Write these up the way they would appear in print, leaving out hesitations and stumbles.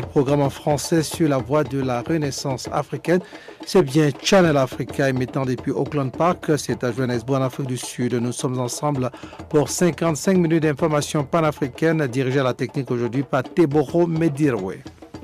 Programme en français sur la voie de la renaissance africaine. C'est bien Channel Africa émettant depuis Auckland Park. C'est à Johannesburg, en Afrique du Sud. Nous sommes ensemble pour 55 minutes d'information panafricaine dirigée à la technique aujourd'hui par Teboro Medirwe.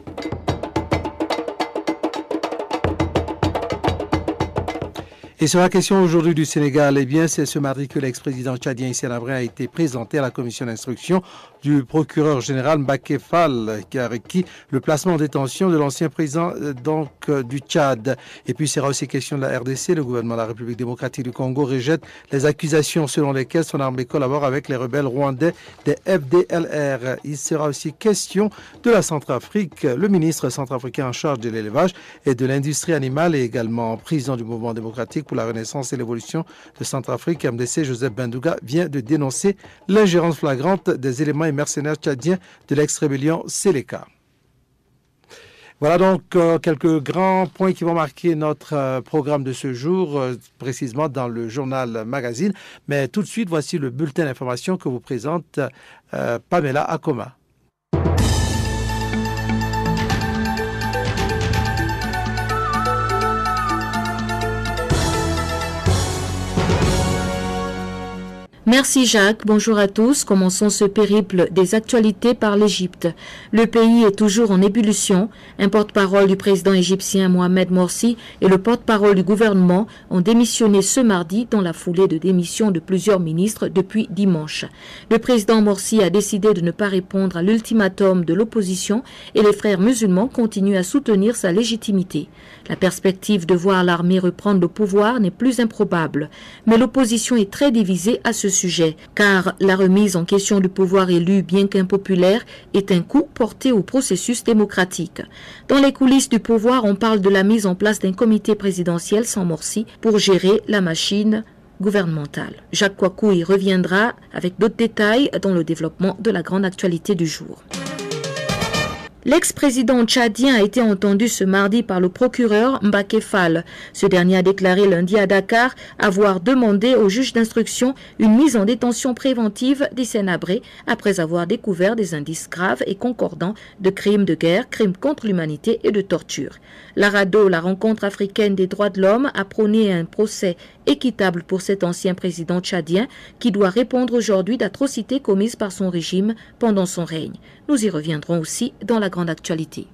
Et sur la question aujourd'hui du Sénégal, c'est ce mardi que l'ex-président tchadien Hissène Habré a été présenté à la commission d'instruction du procureur général Mbacké Fall, qui a requis le placement en détention de l'ancien président du Tchad. Et puis, il sera aussi question de la RDC. Le gouvernement de la République démocratique du Congo rejette les accusations selon lesquelles son armée collabore avec les rebelles rwandais des FDLR. Il sera aussi question de la Centrafrique. Le ministre centrafricain en charge de l'élevage et de l'industrie animale et également président du mouvement démocratique pour la renaissance et l'évolution de Centrafrique, MDC, Joseph Bindouga, vient de dénoncer l'ingérence flagrante des éléments et mercenaires tchadiens de l'ex-rébellion Séléka. Voilà donc quelques grands points qui vont marquer notre programme de ce jour, précisément dans le journal Magazine. Mais tout de suite, voici le bulletin d'information que vous présente Pamela Akoma. Merci Jacques, bonjour à tous. Commençons ce périple des actualités par l'Égypte. Le pays est toujours en ébullition. Un porte-parole du président égyptien Mohamed Morsi et le porte-parole du gouvernement ont démissionné ce mardi dans la foulée de démission de plusieurs ministres depuis dimanche. Le président Morsi a décidé de ne pas répondre à l'ultimatum de l'opposition et les frères musulmans continuent à soutenir sa légitimité. La perspective de voir l'armée reprendre le pouvoir n'est plus improbable, mais l'opposition est très divisée à ce sujet, car la remise en question du pouvoir élu, bien qu'impopulaire, est un coup porté au processus démocratique. Dans les coulisses du pouvoir, on parle de la mise en place d'un comité présidentiel sans Morsi pour gérer la machine gouvernementale. Jacques Kouakou y reviendra avec d'autres détails dans le développement de la grande actualité du jour. L'ex-président tchadien a été entendu ce mardi par le procureur Mbacké Fall. Ce dernier a déclaré lundi à Dakar avoir demandé au juge d'instruction une mise en détention préventive d'Hissène Habré après avoir découvert des indices graves et concordants de crimes de guerre, crimes contre l'humanité et de torture. La RADDHO, la rencontre africaine des droits de l'homme, a prôné un procès équitable pour cet ancien président tchadien qui doit répondre aujourd'hui d'atrocités commises par son régime pendant son règne. Nous y reviendrons aussi dans la grande actualité.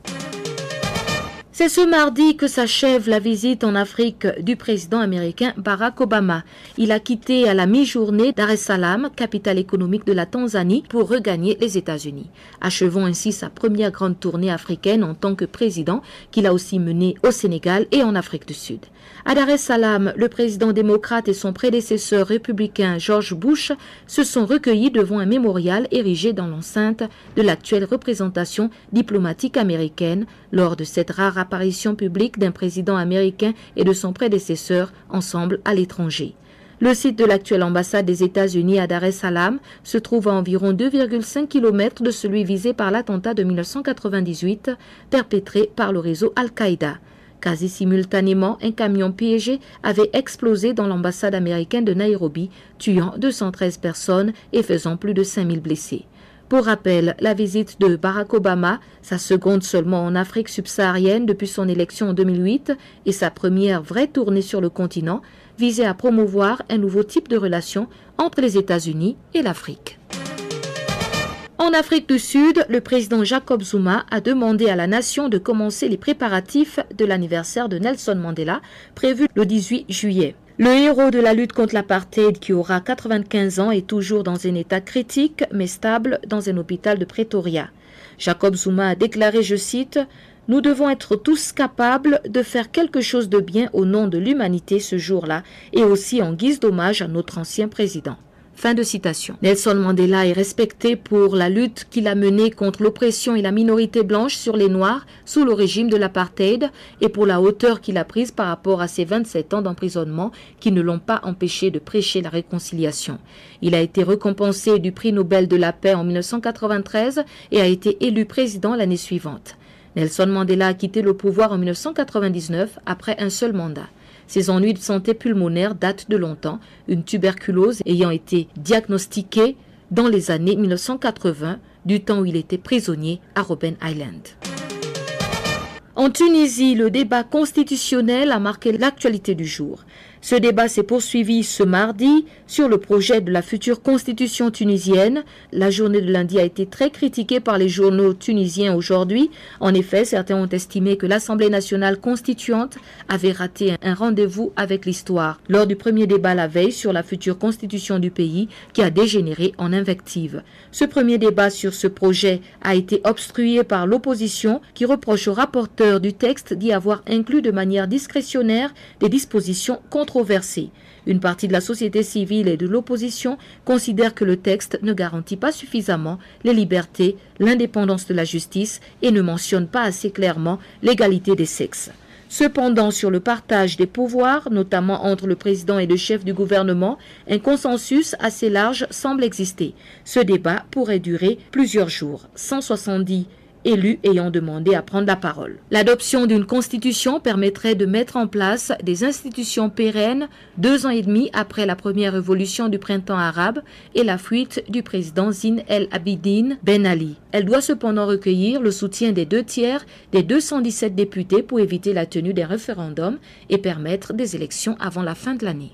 C'est ce mardi que s'achève la visite en Afrique du président américain Barack Obama. Il a quitté à la mi-journée Dar es Salaam, capitale économique de la Tanzanie, pour regagner les États-Unis. Achevons ainsi sa première grande tournée africaine en tant que président, qu'il a aussi menée au Sénégal et en Afrique du Sud. À Dar es Salaam, le président démocrate et son prédécesseur républicain George Bush se sont recueillis devant un mémorial érigé dans l'enceinte de l'actuelle représentation diplomatique américaine lors de cette rare apparition publique d'un président américain et de son prédécesseur ensemble à l'étranger. Le site de l'actuelle ambassade des États-Unis à Dar es Salaam se trouve à environ 2,5 km de celui visé par l'attentat de 1998 perpétré par le réseau Al-Qaïda. Quasi simultanément, un camion piégé avait explosé dans l'ambassade américaine de Nairobi, tuant 213 personnes et faisant plus de 5000 blessés. Pour rappel, la visite de Barack Obama, sa seconde seulement en Afrique subsaharienne depuis son élection en 2008 et sa première vraie tournée sur le continent, visait à promouvoir un nouveau type de relation entre les États-Unis et l'Afrique. En Afrique du Sud, le président Jacob Zuma a demandé à la nation de commencer les préparatifs de l'anniversaire de Nelson Mandela, prévu le 18 juillet. Le héros de la lutte contre l'apartheid, qui aura 95 ans, est toujours dans un état critique mais stable dans un hôpital de Pretoria. Jacob Zuma a déclaré, je cite, « Nous devons être tous capables de faire quelque chose de bien au nom de l'humanité ce jour-là et aussi en guise d'hommage à notre ancien président. » Fin de citation. Nelson Mandela est respecté pour la lutte qu'il a menée contre l'oppression et la minorité blanche sur les Noirs sous le régime de l'apartheid et pour la hauteur qu'il a prise par rapport à ses 27 ans d'emprisonnement qui ne l'ont pas empêché de prêcher la réconciliation. Il a été récompensé du prix Nobel de la paix en 1993 et a été élu président l'année suivante. Nelson Mandela a quitté le pouvoir en 1999 après un seul mandat. Ses ennuis de santé pulmonaire datent de longtemps, une tuberculose ayant été diagnostiquée dans les années 1980, du temps où il était prisonnier à Robben Island. En Tunisie, le débat constitutionnel a marqué l'actualité du jour. Ce débat s'est poursuivi ce mardi sur le projet de la future constitution tunisienne. La journée de lundi a été très critiquée par les journaux tunisiens aujourd'hui. En effet, certains ont estimé que l'Assemblée nationale constituante avait raté un rendez-vous avec l'histoire lors du premier débat la veille sur la future constitution du pays qui a dégénéré en invective. Ce premier débat sur ce projet a été obstrué par l'opposition qui reproche au rapporteur du texte d'y avoir inclus de manière discrétionnaire des dispositions controversées. Une partie de la société civile et de l'opposition considère que le texte ne garantit pas suffisamment les libertés, l'indépendance de la justice et ne mentionne pas assez clairement l'égalité des sexes. Cependant, sur le partage des pouvoirs, notamment entre le président et le chef du gouvernement, un consensus assez large semble exister. Ce débat pourrait durer plusieurs jours. 170 élus ayant demandé à prendre la parole. L'adoption d'une constitution permettrait de mettre en place des institutions pérennes 2 ans et demi après la première révolution du printemps arabe et la fuite du président Zine El Abidine Ben Ali. Elle doit cependant recueillir le soutien des 2/3 des 217 députés pour éviter la tenue d'un référendum et permettre des élections avant la fin de l'année.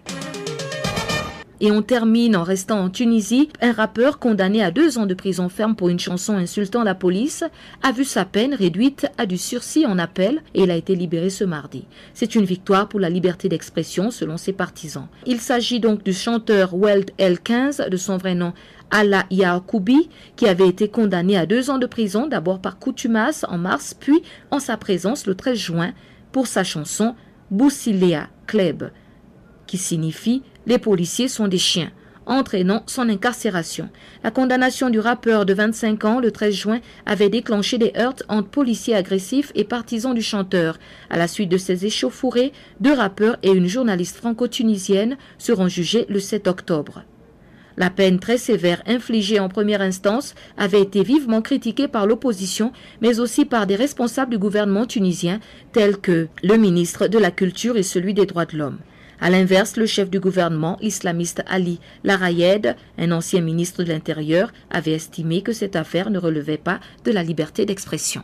Et on termine en restant en Tunisie. Un rappeur condamné à 2 ans de prison ferme pour une chanson insultant la police a vu sa peine réduite à du sursis en appel et il a été libéré ce mardi. C'est une victoire pour la liberté d'expression selon ses partisans. Il s'agit donc du chanteur Weld El15, de son vrai nom Alla Yaakoubi, qui avait été condamné à 2 ans de prison, d'abord par contumace en mars, puis en sa présence le 13 juin pour sa chanson Boussilea Kleb, qui signifie « Les policiers sont des chiens », entraînant son incarcération. La condamnation du rappeur de 25 ans le 13 juin avait déclenché des heurts entre policiers agressifs et partisans du chanteur. À la suite de ces échauffourées, 2 rappeurs et une journaliste franco-tunisienne seront jugés le 7 octobre. La peine très sévère infligée en première instance avait été vivement critiquée par l'opposition, mais aussi par des responsables du gouvernement tunisien, tels que le ministre de la Culture et celui des Droits de l'Homme. À l'inverse, le chef du gouvernement, l'islamiste Ali Larayed, un ancien ministre de l'Intérieur, avait estimé que cette affaire ne relevait pas de la liberté d'expression.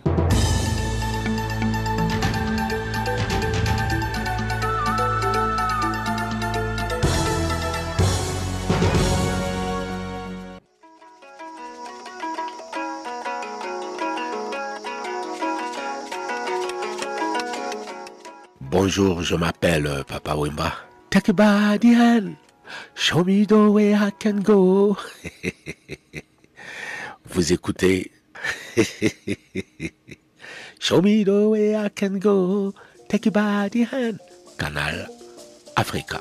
Bonjour, je m'appelle Papa Wimba. Take a body hand, show me the way I can go. Vous écoutez Show me the way I can go. Take a body hand. Canal Africa.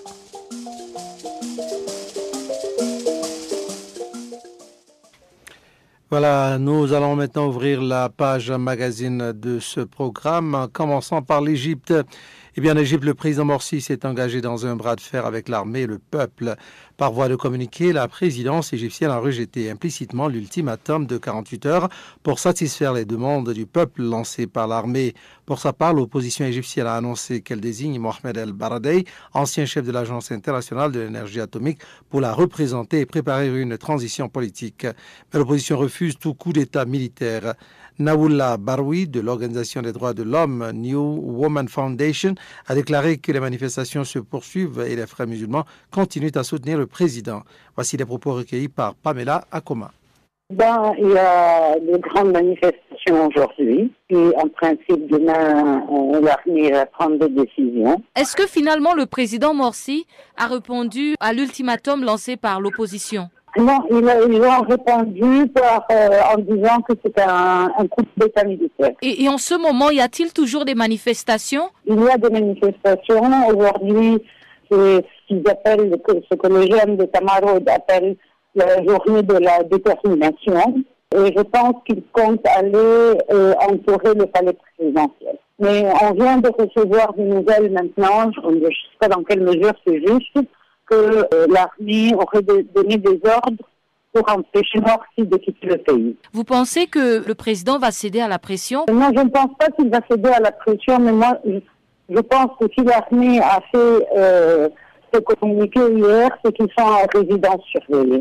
Voilà, nous allons maintenant ouvrir la page magazine de ce programme, commençant par l'Égypte. Eh bien, en Égypte, le président Morsi s'est engagé dans un bras de fer avec l'armée et le peuple. Par voie de communiqué, la présidence égyptienne a rejeté implicitement l'ultimatum de 48 heures pour satisfaire les demandes du peuple lancées par l'armée. Pour sa part, l'opposition égyptienne a annoncé qu'elle désigne Mohamed El Baradei, ancien chef de l'Agence internationale de l'énergie atomique, pour la représenter et préparer une transition politique. Mais l'opposition refuse tout coup d'État militaire. Naoula Baroui de l'Organisation des droits de l'homme New Woman Foundation a déclaré que les manifestations se poursuivent et les frères musulmans continuent à soutenir le président. Voici les propos recueillis par Pamela Akoma. Il y a de grandes manifestations aujourd'hui et en principe demain l'armée va prendre des décisions. Est-ce que finalement le président Morsi a répondu à l'ultimatum lancé par l'opposition? Non, ils ont répondu en disant que c'était un coup d'État militaire. Et en ce moment, y a-t-il toujours des manifestations? Il y a des manifestations. Aujourd'hui, c'est ce que les jeunes de Tamarod appellent la journée de la détermination. Et je pense qu'ils comptent aller entourer le palais présidentiel. Mais on vient de recevoir des nouvelles maintenant, je ne sais pas dans quelle mesure c'est juste, que l'armée aurait donné des ordres pour empêcher Morsi de quitter le pays. Vous pensez que le président va céder à la pression? Moi, je ne pense pas qu'il va céder à la pression, mais moi, je pense que si l'armée a fait ce communiqué hier, c'est qu'ils sont en résidence surveillée.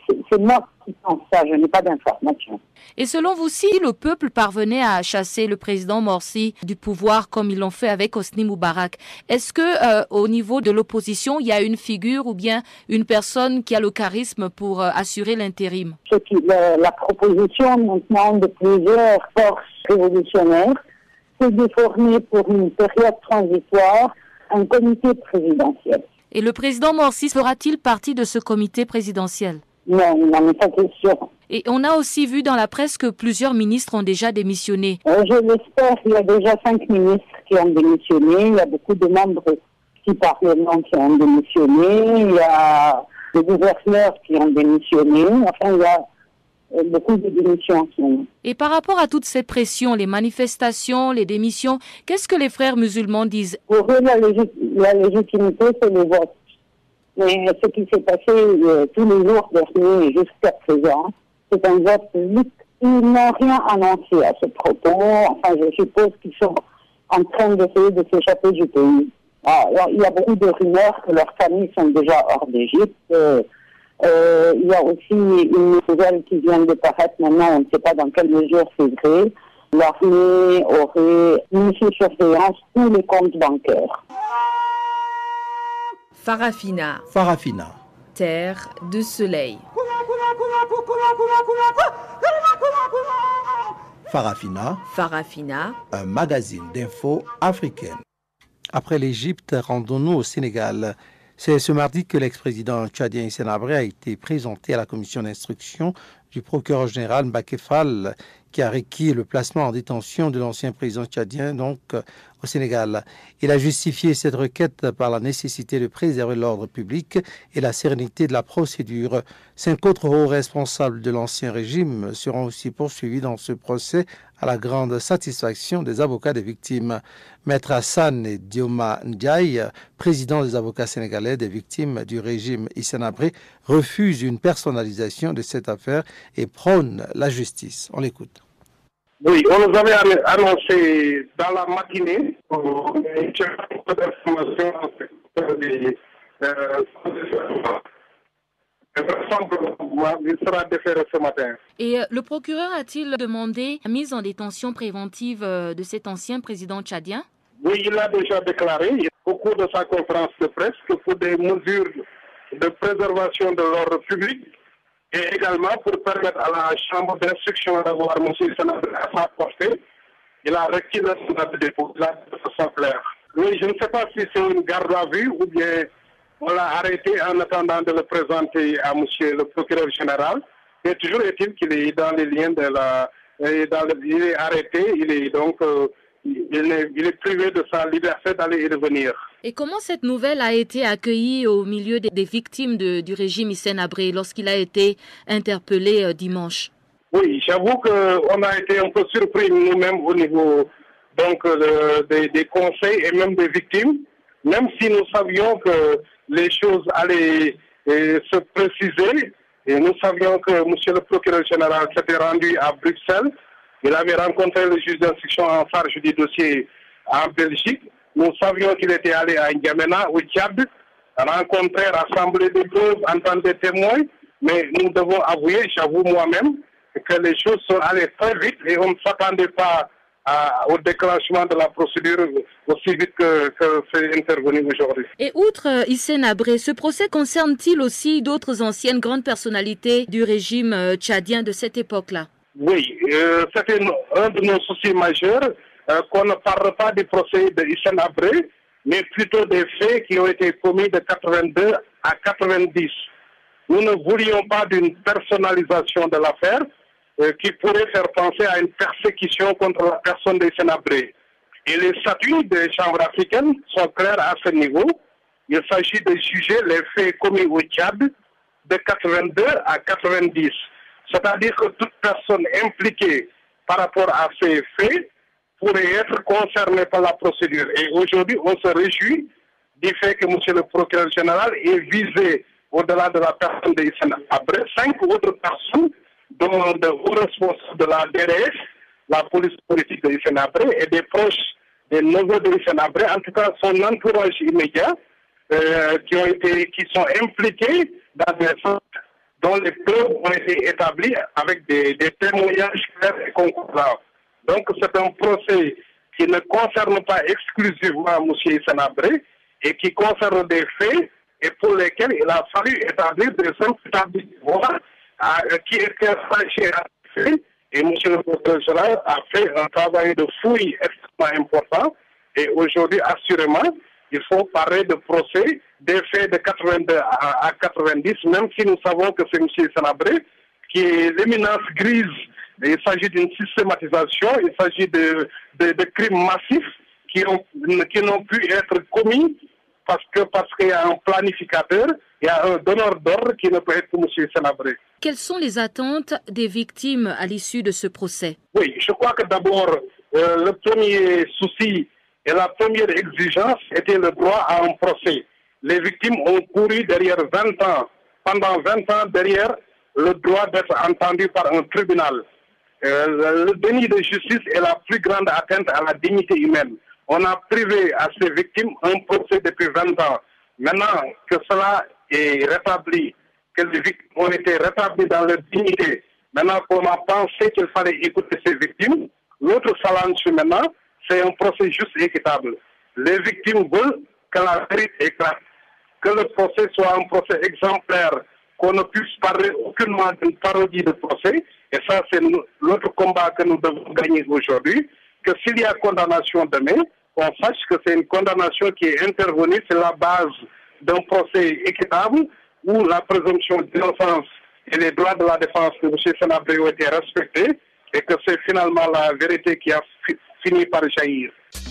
c'est moi qui pense ça, je n'ai pas d'informations. Et selon vous, si le peuple parvenait à chasser le président Morsi du pouvoir comme ils l'ont fait avec Hosni Moubarak, est-ce que au niveau de l'opposition, il y a une figure ou bien une personne qui a le charisme pour assurer l'intérim? La proposition maintenant de plusieurs forces révolutionnaires, c'est de former pour une période transitoire un comité présidentiel. Et le président Morsi fera-t-il partie de ce comité présidentiel? Non, il n'en est pas question. Et on a aussi vu dans la presse que plusieurs ministres ont déjà démissionné. Je l'espère, il y a déjà 5 ministres qui ont démissionné, il y a beaucoup de membres du Parlement qui ont démissionné, il y a des gouverneurs qui ont démissionné, enfin il y a beaucoup de démissions. Et par rapport à toutes ces pressions, les manifestations, les démissions, qu'est-ce que les frères musulmans disent? Pour eux, la légitimité, c'est le vote. Mais ce qui s'est passé tous les jours derniers jusqu'à présent, c'est un vote public. Ils n'ont rien annoncé à ce propos. Enfin, je suppose qu'ils sont en train d'essayer de s'échapper du pays. Alors, il y a beaucoup de rumeurs que leurs familles sont déjà hors d'Égypte. Il y a aussi une nouvelle qui vient de paraître maintenant, on ne sait pas dans quelle mesure c'est vrai. L'armée aurait mis sous surveillance tous les comptes bancaires. Farafina. Terre de soleil. Farafina, un magazine d'infos africaine. Après l'Égypte, rendons-nous au Sénégal. C'est ce mardi que l'ex-président tchadien Hissène Habré a été présenté à la commission d'instruction du procureur général Mbacké Fall, qui a requis le placement en détention de l'ancien président tchadien, donc au Sénégal. Il a justifié cette requête par la nécessité de préserver l'ordre public et la sérénité de la procédure. 5 autres hauts responsables de l'ancien régime seront aussi poursuivis dans ce procès à la grande satisfaction des avocats des victimes. Maître Hassan Dioma Ndiaye, président des avocats sénégalais des victimes du régime Hissène Habré, refuse une personnalisation de cette affaire et prône la justice. On l'écoute. Oui, on nous avait annoncé dans la matinée il sera déféré ce matin. Et le procureur a-t-il demandé la mise en détention préventive de cet ancien président tchadien? Oui, il a déjà déclaré au cours de sa conférence de presse que pour des mesures de préservation de l'ordre public et également pour permettre à la chambre d'instruction d'avoir M. Sénat à sa portée, il a requis le mandat de dépôt de façon claire. Oui, je ne sais pas si c'est une garde à vue ou bien on l'a arrêté en attendant de le présenter à M. le procureur général. Mais toujours est-il qu'il est dans les liens de la... il est arrêté, il est donc... il est privé de sa liberté d'aller et de venir. Et comment cette nouvelle a été accueillie au milieu des victimes du régime Hissène Habré lorsqu'il a été interpellé dimanche? Oui, j'avoue qu'on a été un peu surpris nous-mêmes au niveau donc, des conseils et même des victimes, même si nous savions que les choses allaient se préciser. Et nous savions que M. le procureur général s'était rendu à Bruxelles. Il avait rencontré le juge d'instruction en charge du dossier en Belgique. Nous savions qu'il était allé à N'Djamena, au Tchad, rencontrer, rassembler des preuves, entendre des témoins. Mais nous devons avouer, j'avoue moi-même, que les choses sont allées très vite et on ne s'attendait pas au déclenchement de la procédure aussi vite que c'est intervenu aujourd'hui. Et outre Hissène Habré, ce procès concerne-t-il aussi d'autres anciennes grandes personnalités du régime tchadien de cette époque-là? Oui, c'était un de nos soucis majeurs, qu'on ne parle pas du procès de Hissène Habré, mais plutôt des faits qui ont été commis de 82 à 90. Nous ne voulions pas d'une personnalisation de l'affaire qui pourrait faire penser à une persécution contre la personne de Hissène Habré. Et les statuts des chambres africaines sont clairs à ce niveau. Il s'agit de juger les faits commis au Tchad de 82 à 90. C'est-à-dire que toute personne impliquée par rapport à ces faits pourrait être concernée par la procédure. Et aujourd'hui, on se réjouit du fait que M. le procureur général ait visé, au-delà de la personne de Hissène Habré, 5 autres personnes, dont de hauts responsables de la DRS, la police politique de Hissène Habré, et des proches des neveux de Hissène Habré, en tout cas son entourage immédiat, qui sont impliqués dans des dont les preuves ont été établies avec des témoignages clairs et concordants. Donc c'est un procès qui ne concerne pas exclusivement M. Hissène Habré et qui concerne des faits et pour lesquels il a fallu établir des imputabilités qui étaient attachés à ces faits. Et M. le procureur général a fait un travail de fouille extrêmement important. Et aujourd'hui, assurément, il faut parler de procès des faits de 82 à 90, même si nous savons que c'est M. Hissène Habré qui est l'éminence grise. Il s'agit d'une systématisation, il s'agit de crimes massifs qui n'ont pu être commis parce qu'il y a un planificateur, il y a un donneur d'ordre qui ne peut être que M. Hissène Habré. Quelles sont les attentes des victimes à l'issue de ce procès? Oui, je crois que d'abord, le premier souci et la première exigence était le droit à un procès. Les victimes ont couru derrière 20 ans, pendant 20 ans derrière le droit d'être entendu par un tribunal. Le déni de justice est la plus grande atteinte à la dignité humaine. On a privé à ces victimes un procès depuis 20 ans. Maintenant que cela est rétabli, que les victimes ont été rétablies dans leur dignité, maintenant qu'on a pensé qu'il fallait écouter ces victimes, l'autre challenge maintenant, c'est un procès juste et équitable. Les victimes veulent que la vérité éclate, que le procès soit un procès exemplaire, qu'on ne puisse parler aucunement d'une parodie de procès. Et ça, c'est l'autre combat que nous devons gagner aujourd'hui, que s'il y a condamnation demain, on sache que c'est une condamnation qui est intervenue sur la base d'un procès équitable où la présomption d'innocence et les droits de la défense de M. Hissène Habré ont été respectés et que c'est finalement la vérité qui a fini par jaillir.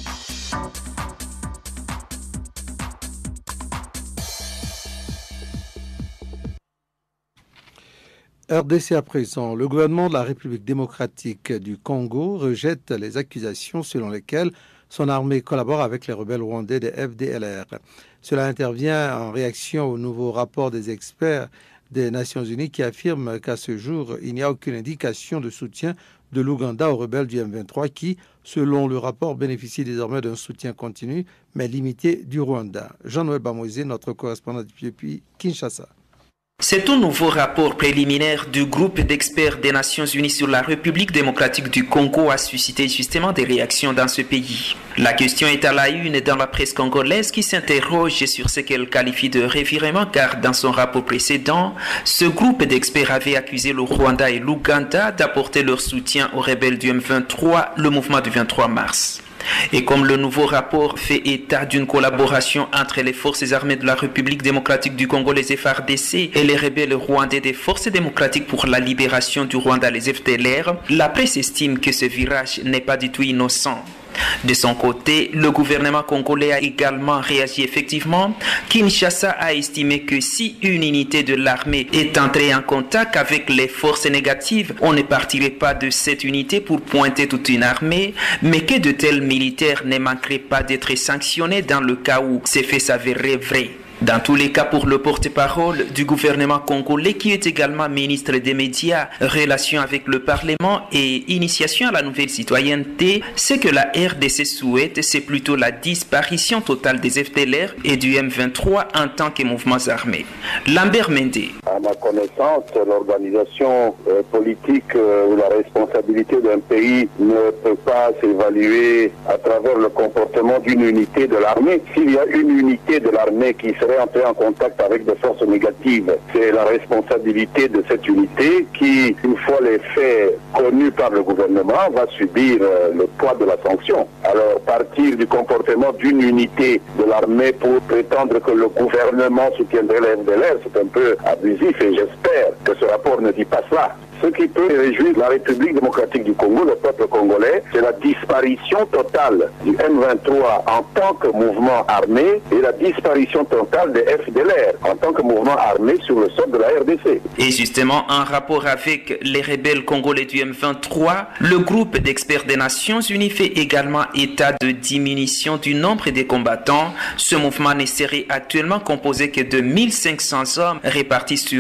RDC à présent, le gouvernement de la République démocratique du Congo rejette les accusations selon lesquelles son armée collabore avec les rebelles rwandais des FDLR. Cela intervient en réaction au nouveau rapport des experts des Nations Unies qui affirme qu'à ce jour, il n'y a aucune indication de soutien de l'Ouganda aux rebelles du M23 qui, selon le rapport, bénéficient désormais d'un soutien continu mais limité du Rwanda. Jean-Noël Bamoisé, notre correspondant depuis Kinshasa. C'est un nouveau rapport préliminaire du groupe d'experts des Nations Unies sur la République démocratique du Congo a suscité justement des réactions dans ce pays. La question est à la une dans la presse congolaise qui s'interroge sur ce qu'elle qualifie de revirement car dans son rapport précédent, ce groupe d'experts avait accusé le Rwanda et l'Ouganda d'apporter leur soutien aux rebelles du M23, le mouvement du 23 mars. Et comme le nouveau rapport fait état d'une collaboration entre les forces armées de la République démocratique du Congo, les FARDC, et les rebelles rwandais des forces démocratiques pour la libération du Rwanda, les FDLR, la presse estime que ce virage n'est pas du tout innocent. De son côté, le gouvernement congolais a également réagi effectivement. Kinshasa a estimé que si une unité de l'armée est entrée en contact avec les forces négatives, on ne partirait pas de cette unité pour pointer toute une armée, mais que de tels militaires ne manqueraient pas d'être sanctionnés dans le cas où ces faits s'avéreraient vrais. Dans tous les cas, pour le porte-parole du gouvernement congolais, qui est également ministre des médias, relations avec le Parlement et initiation à la nouvelle citoyenneté, ce que la RDC souhaite, c'est plutôt la disparition totale des FDLR et du M23 en tant que mouvements armés. Lambert Mendé. À ma connaissance, l'organisation politique ou la responsabilité d'un pays ne peut pas s'évaluer à travers le comportement d'une unité de l'armée. S'il y a une unité de l'armée qui serait entrer en contact avec des forces négatives. C'est la responsabilité de cette unité qui, une fois les faits connus par le gouvernement, va subir le poids de la sanction. Alors, partir du comportement d'une unité de l'armée pour prétendre que le gouvernement soutiendrait les FDLR, c'est un peu abusif et j'espère que ce rapport ne dit pas cela. Ce qui peut réjouir la République démocratique du Congo, le peuple congolais, c'est la disparition totale du M23 en tant que mouvement armé et la disparition totale des FDLR en tant que mouvement armé sur le sol de la RDC. Et justement, en rapport avec les rebelles congolais du M23, le groupe d'experts des Nations Unies fait également état de diminution du nombre des combattants. Ce mouvement ne serait actuellement composé que de 1500 hommes répartis sur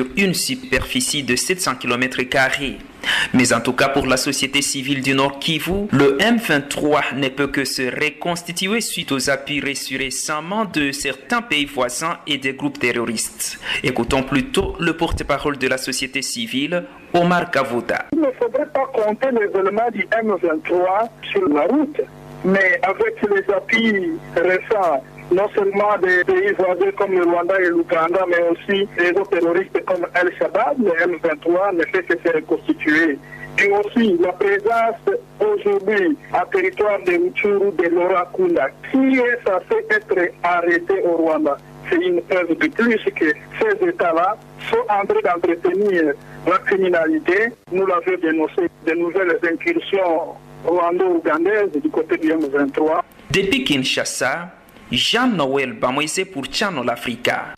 sur une superficie de 700 km². Mais en tout cas pour la société civile du Nord Kivu, le M23 ne peut que se reconstituer suite aux appuis reçus récemment de certains pays voisins et des groupes terroristes. Écoutons plutôt le porte-parole de la société civile, Omar Kavota. Il ne faudrait pas compter les éléments du M23 sur la route, mais avec les appuis récents, non seulement des pays voisins comme le Rwanda et l'Ouganda, mais aussi des autres terroristes comme Al-Shabaab, le M23 ne fait que se reconstituer. Et aussi la présence aujourd'hui à territoire de Rutshuru, de Laurent Kunda, qui est censé être arrêté au Rwanda. C'est une preuve de plus que ces États-là sont en train d'entretenir la criminalité. Nous l'avons dénoncé, de nouvelles incursions rwando-ougandaises du côté du M23. Depuis Kinshasa, Jean-Noël Bamoise pour Channel Africa.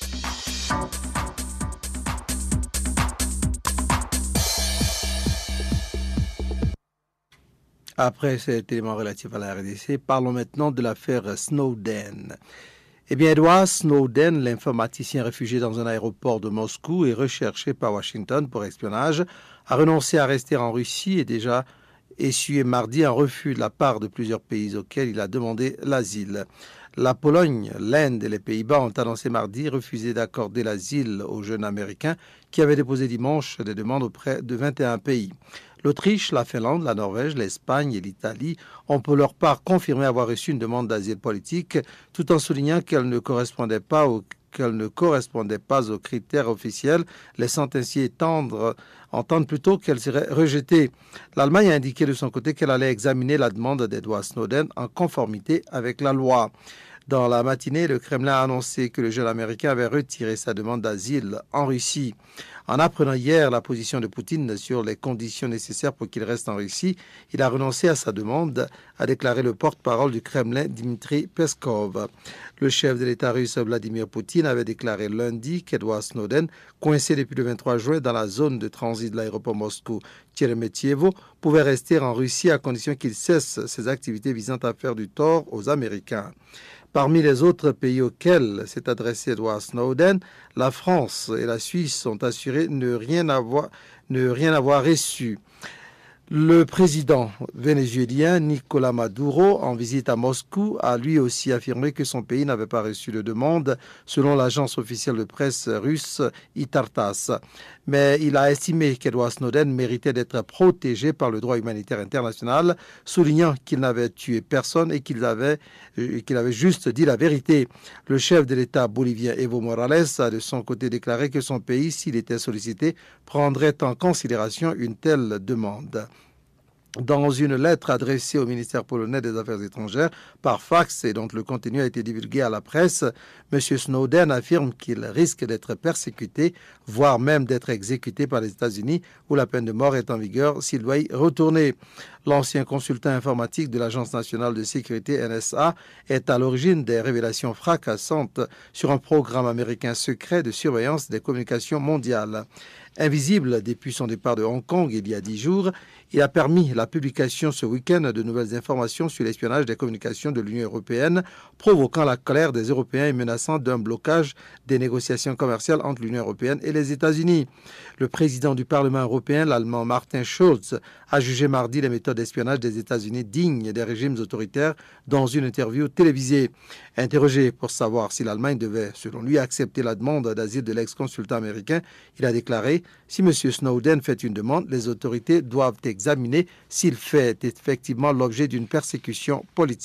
Après cet élément relatif à la RDC, parlons maintenant de l'affaire Snowden. Eh bien, Edward Snowden, l'informaticien réfugié dans un aéroport de Moscou et recherché par Washington pour espionnage, a renoncé à rester en Russie et déjà essuyé mardi un refus de la part de plusieurs pays auxquels il a demandé l'asile. La Pologne, l'Inde et les Pays-Bas ont annoncé mardi refuser d'accorder l'asile aux jeunes Américains qui avaient déposé dimanche des demandes auprès de 21 pays. L'Autriche, la Finlande, la Norvège, l'Espagne et l'Italie ont pour leur part confirmé avoir reçu une demande d'asile politique tout en soulignant qu'elle ne correspondait pas aux critères officiels, laissant ainsi entendre plutôt qu'elle serait rejetée. L'Allemagne a indiqué de son côté qu'elle allait examiner la demande d'Edward Snowden en conformité avec la loi. Dans la matinée, le Kremlin a annoncé que le jeune Américain avait retiré sa demande d'asile en Russie. En apprenant hier la position de Poutine sur les conditions nécessaires pour qu'il reste en Russie, il a renoncé à sa demande, a déclaré le porte-parole du Kremlin, Dmitry Peskov. Le chef de l'État russe, Vladimir Poutine, avait déclaré lundi qu'Edward Snowden, coincé depuis le 23 juin dans la zone de transit de l'aéroport Moscou-Sheremetyevo, pouvait rester en Russie à condition qu'il cesse ses activités visant à faire du tort aux Américains. Parmi les autres pays auxquels s'est adressé Edward Snowden, la France et la Suisse ont assuré ne rien avoir reçu. Le président vénézuélien Nicolás Maduro, en visite à Moscou, a lui aussi affirmé que son pays n'avait pas reçu de demande, selon l'agence officielle de presse russe ITARTASS. Mais il a estimé qu'Edward Snowden méritait d'être protégé par le droit humanitaire international, soulignant qu'il n'avait tué personne et qu'il avait juste dit la vérité. Le chef de l'État bolivien Evo Morales a de son côté déclaré que son pays, s'il était sollicité, prendrait en considération une telle demande. Dans une lettre adressée au ministère polonais des Affaires étrangères par fax et dont le contenu a été divulgué à la presse, M. Snowden affirme qu'il risque d'être persécuté, voire même d'être exécuté par les États-Unis, où la peine de mort est en vigueur s'il doit y retourner. L'ancien consultant informatique de l'Agence nationale de sécurité NSA est à l'origine des révélations fracassantes sur un programme américain secret de surveillance des communications mondiales. Invisible depuis son départ de Hong Kong il y a 10 jours, il a permis la publication ce week-end de nouvelles informations sur l'espionnage des communications de l'Union européenne, provoquant la colère des Européens et menaçant d'un blocage des négociations commerciales entre l'Union européenne et les États-Unis. Le président du Parlement européen, l'Allemand Martin Schulz, a jugé mardi les méthodes d'espionnage des États-Unis dignes des régimes autoritaires dans une interview télévisée. Interrogé pour savoir si l'Allemagne devait, selon lui, accepter la demande d'asile de l'ex-consultant américain, il a déclaré « Si M. Snowden fait une demande, les autorités doivent examiner s'il fait effectivement l'objet d'une persécution politique. »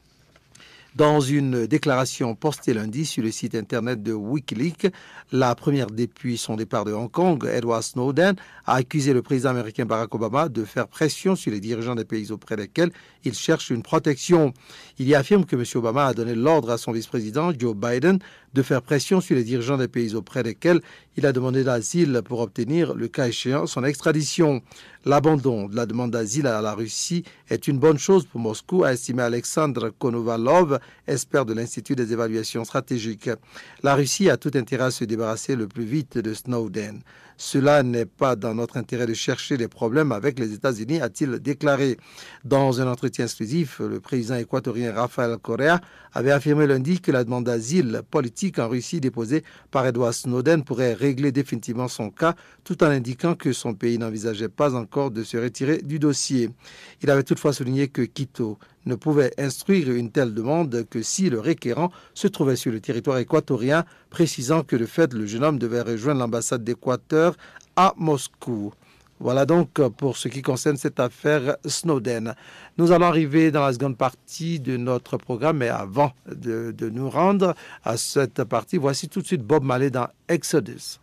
Dans une déclaration postée lundi sur le site internet de Wikileaks, la première depuis son départ de Hong Kong, Edward Snowden, a accusé le président américain Barack Obama de faire pression sur les dirigeants des pays auprès desquels il cherche une protection. Il y affirme que M. Obama a donné l'ordre à son vice-président, Joe Biden, de faire pression sur les dirigeants des pays auprès desquels il a demandé l'asile pour obtenir, le cas échéant, son extradition. L'abandon de la demande d'asile à la Russie est une bonne chose pour Moscou, a estimé Alexandre Konovalov, expert de l'Institut des évaluations stratégiques. La Russie a tout intérêt à se débarrasser le plus vite de Snowden. Cela n'est pas dans notre intérêt de chercher des problèmes avec les États-Unis, a-t-il déclaré. Dans un entretien exclusif, le président équatorien Rafael Correa avait affirmé lundi que la demande d'asile politique en Russie déposée par Edward Snowden pourrait régler définitivement son cas, tout en indiquant que son pays n'envisageait pas encore de se retirer du dossier. Il avait toutefois souligné que Quito ne pouvait instruire une telle demande que si le requérant se trouvait sur le territoire équatorien, précisant que de fait, le jeune homme devait rejoindre l'ambassade d'Équateur à Moscou. Voilà donc pour ce qui concerne cette affaire Snowden. Nous allons arriver dans la seconde partie de notre programme, mais avant de nous rendre à cette partie, voici tout de suite Bob Marley dans Exodus.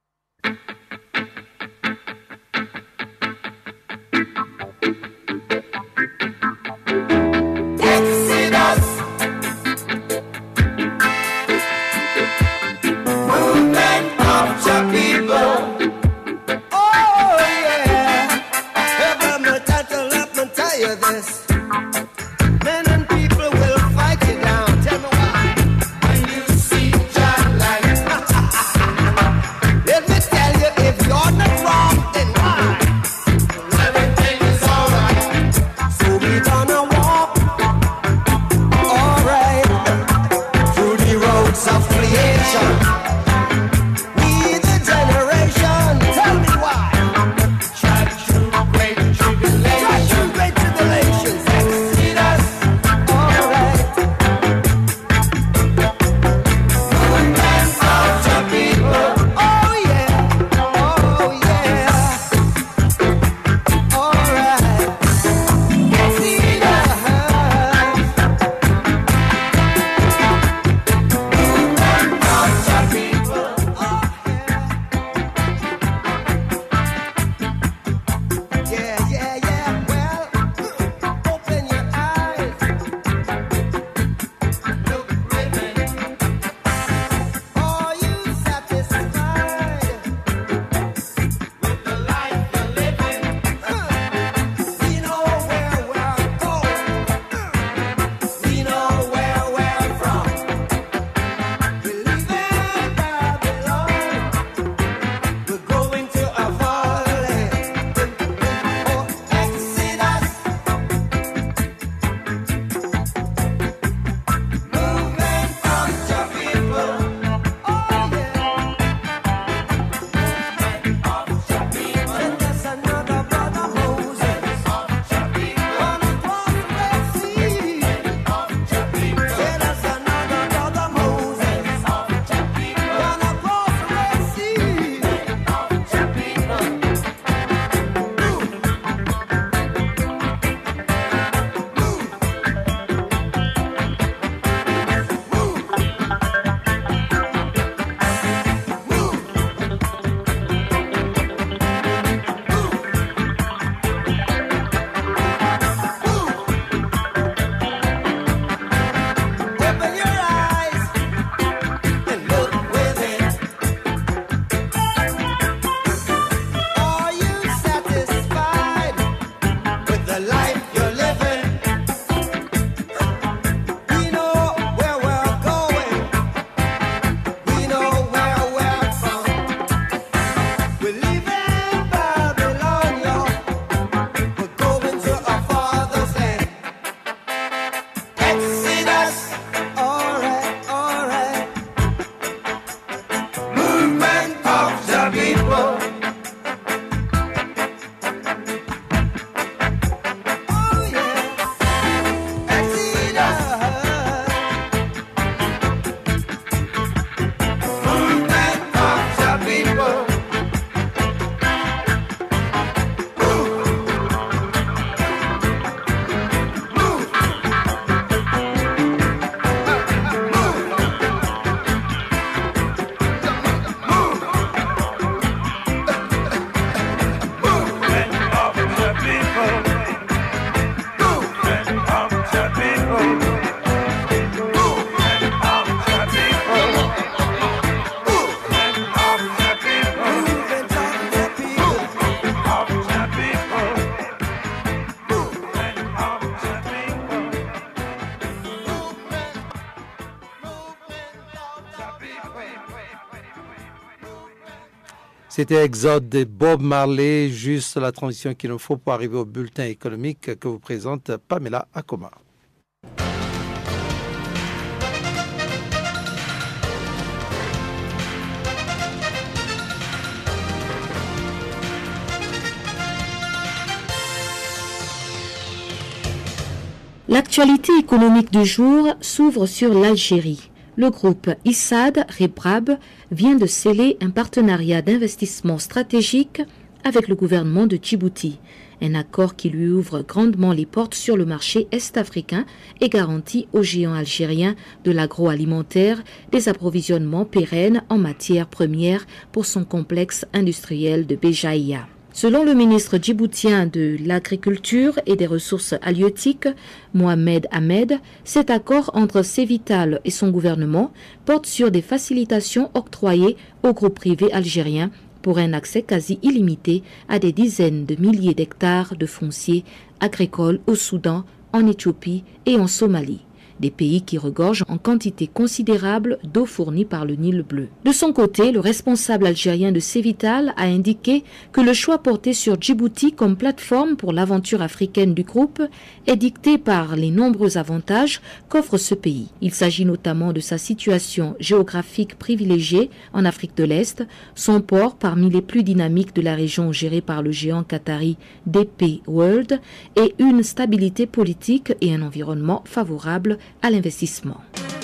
C'était Exode de Bob Marley, juste la transition qu'il nous faut pour arriver au bulletin économique que vous présente Pamela Akoma. L'actualité économique du jour s'ouvre sur l'Algérie. Le groupe Issad Rebrab vient de sceller un partenariat d'investissement stratégique avec le gouvernement de Djibouti. Un accord qui lui ouvre grandement les portes sur le marché est-africain et garantit aux géants algériens de l'agroalimentaire des approvisionnements pérennes en matières premières pour son complexe industriel de Béjaïa. Selon le ministre djiboutien de l'Agriculture et des Ressources halieutiques, Mohamed Ahmed, cet accord entre Cévital et son gouvernement porte sur des facilitations octroyées aux groupes privés algériens pour un accès quasi illimité à des dizaines de milliers d'hectares de foncier agricole au Soudan, en Éthiopie et en Somalie. Des pays qui regorgent en quantité considérable d'eau fournie par le Nil bleu. De son côté, le responsable algérien de Cévital a indiqué que le choix porté sur Djibouti comme plateforme pour l'aventure africaine du groupe est dicté par les nombreux avantages qu'offre ce pays. Il s'agit notamment de sa situation géographique privilégiée en Afrique de l'Est, son port parmi les plus dynamiques de la région géré par le géant qatari DP World et une stabilité politique et un environnement favorable à l'investissement.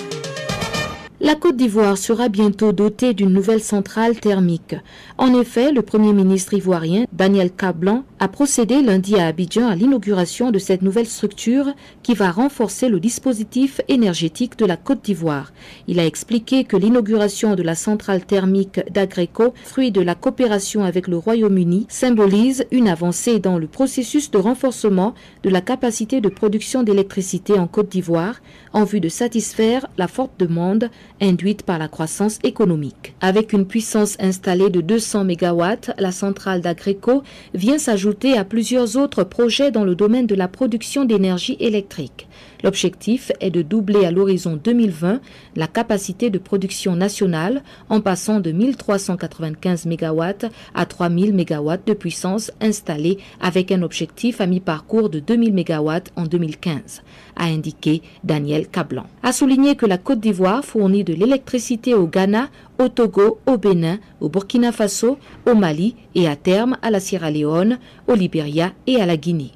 La Côte d'Ivoire sera bientôt dotée d'une nouvelle centrale thermique. En effet, le Premier ministre ivoirien, Daniel Kablan, a procédé lundi à Abidjan à l'inauguration de cette nouvelle structure qui va renforcer le dispositif énergétique de la Côte d'Ivoire. Il a expliqué que l'inauguration de la centrale thermique d'Agreco, fruit de la coopération avec le Royaume-Uni, symbolise une avancée dans le processus de renforcement de la capacité de production d'électricité en Côte d'Ivoire en vue de satisfaire la forte demande induite par la croissance économique. Avec une puissance installée de 200 MW, la centrale d'Agreco vient s'ajouter à plusieurs autres projets dans le domaine de la production d'énergie électrique. L'objectif est de doubler à l'horizon 2020 la capacité de production nationale en passant de 1395 MW à 3000 MW de puissance installée avec un objectif à mi-parcours de 2000 MW en 2015, a indiqué Daniel Kablan. A souligné que la Côte d'Ivoire fournit de l'électricité au Ghana, au Togo, au Bénin, au Burkina Faso, au Mali et à terme à la Sierra Leone, au Libéria et à la Guinée.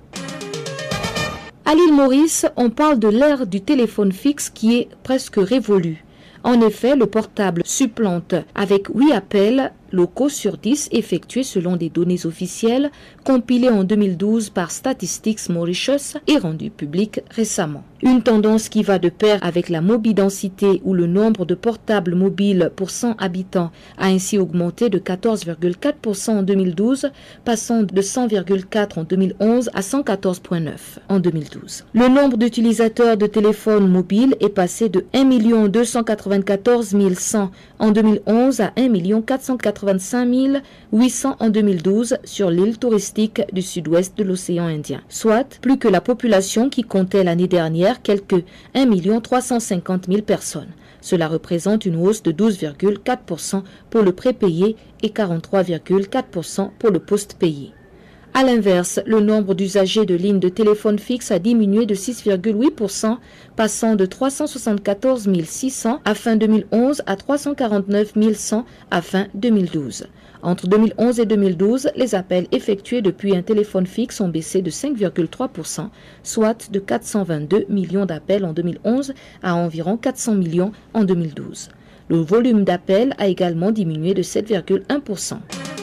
À l'île Maurice, on parle de l'ère du téléphone fixe qui est presque révolue. En effet, le portable supplante avec 8 appels locaux sur 10 effectués selon des données officielles compilées en 2012 par Statistics Mauritius et rendues publiques récemment. Une tendance qui va de pair avec la mobidensité où le nombre de portables mobiles pour 100 habitants a ainsi augmenté de 14,4% en 2012, passant de 100,4 en 2011 à 114,9 en 2012. Le nombre d'utilisateurs de téléphones mobiles est passé de 1 294 100 en 2011 à 1 485 800 en 2012 sur l'île touristique du sud-ouest de l'océan Indien, soit plus que la population qui comptait l'année dernière quelque 1 350 000 personnes. Cela représente une hausse de 12,4% pour le prépayé et 43,4% pour le post-payé. A l'inverse, le nombre d'usagers de lignes de téléphone fixe a diminué de 6,8%, passant de 374 600 à fin 2011 à 349 100 à fin 2012. Entre 2011 et 2012, les appels effectués depuis un téléphone fixe ont baissé de 5,3%, soit de 422 millions d'appels en 2011 à environ 400 millions en 2012. Le volume d'appels a également diminué de 7,1%.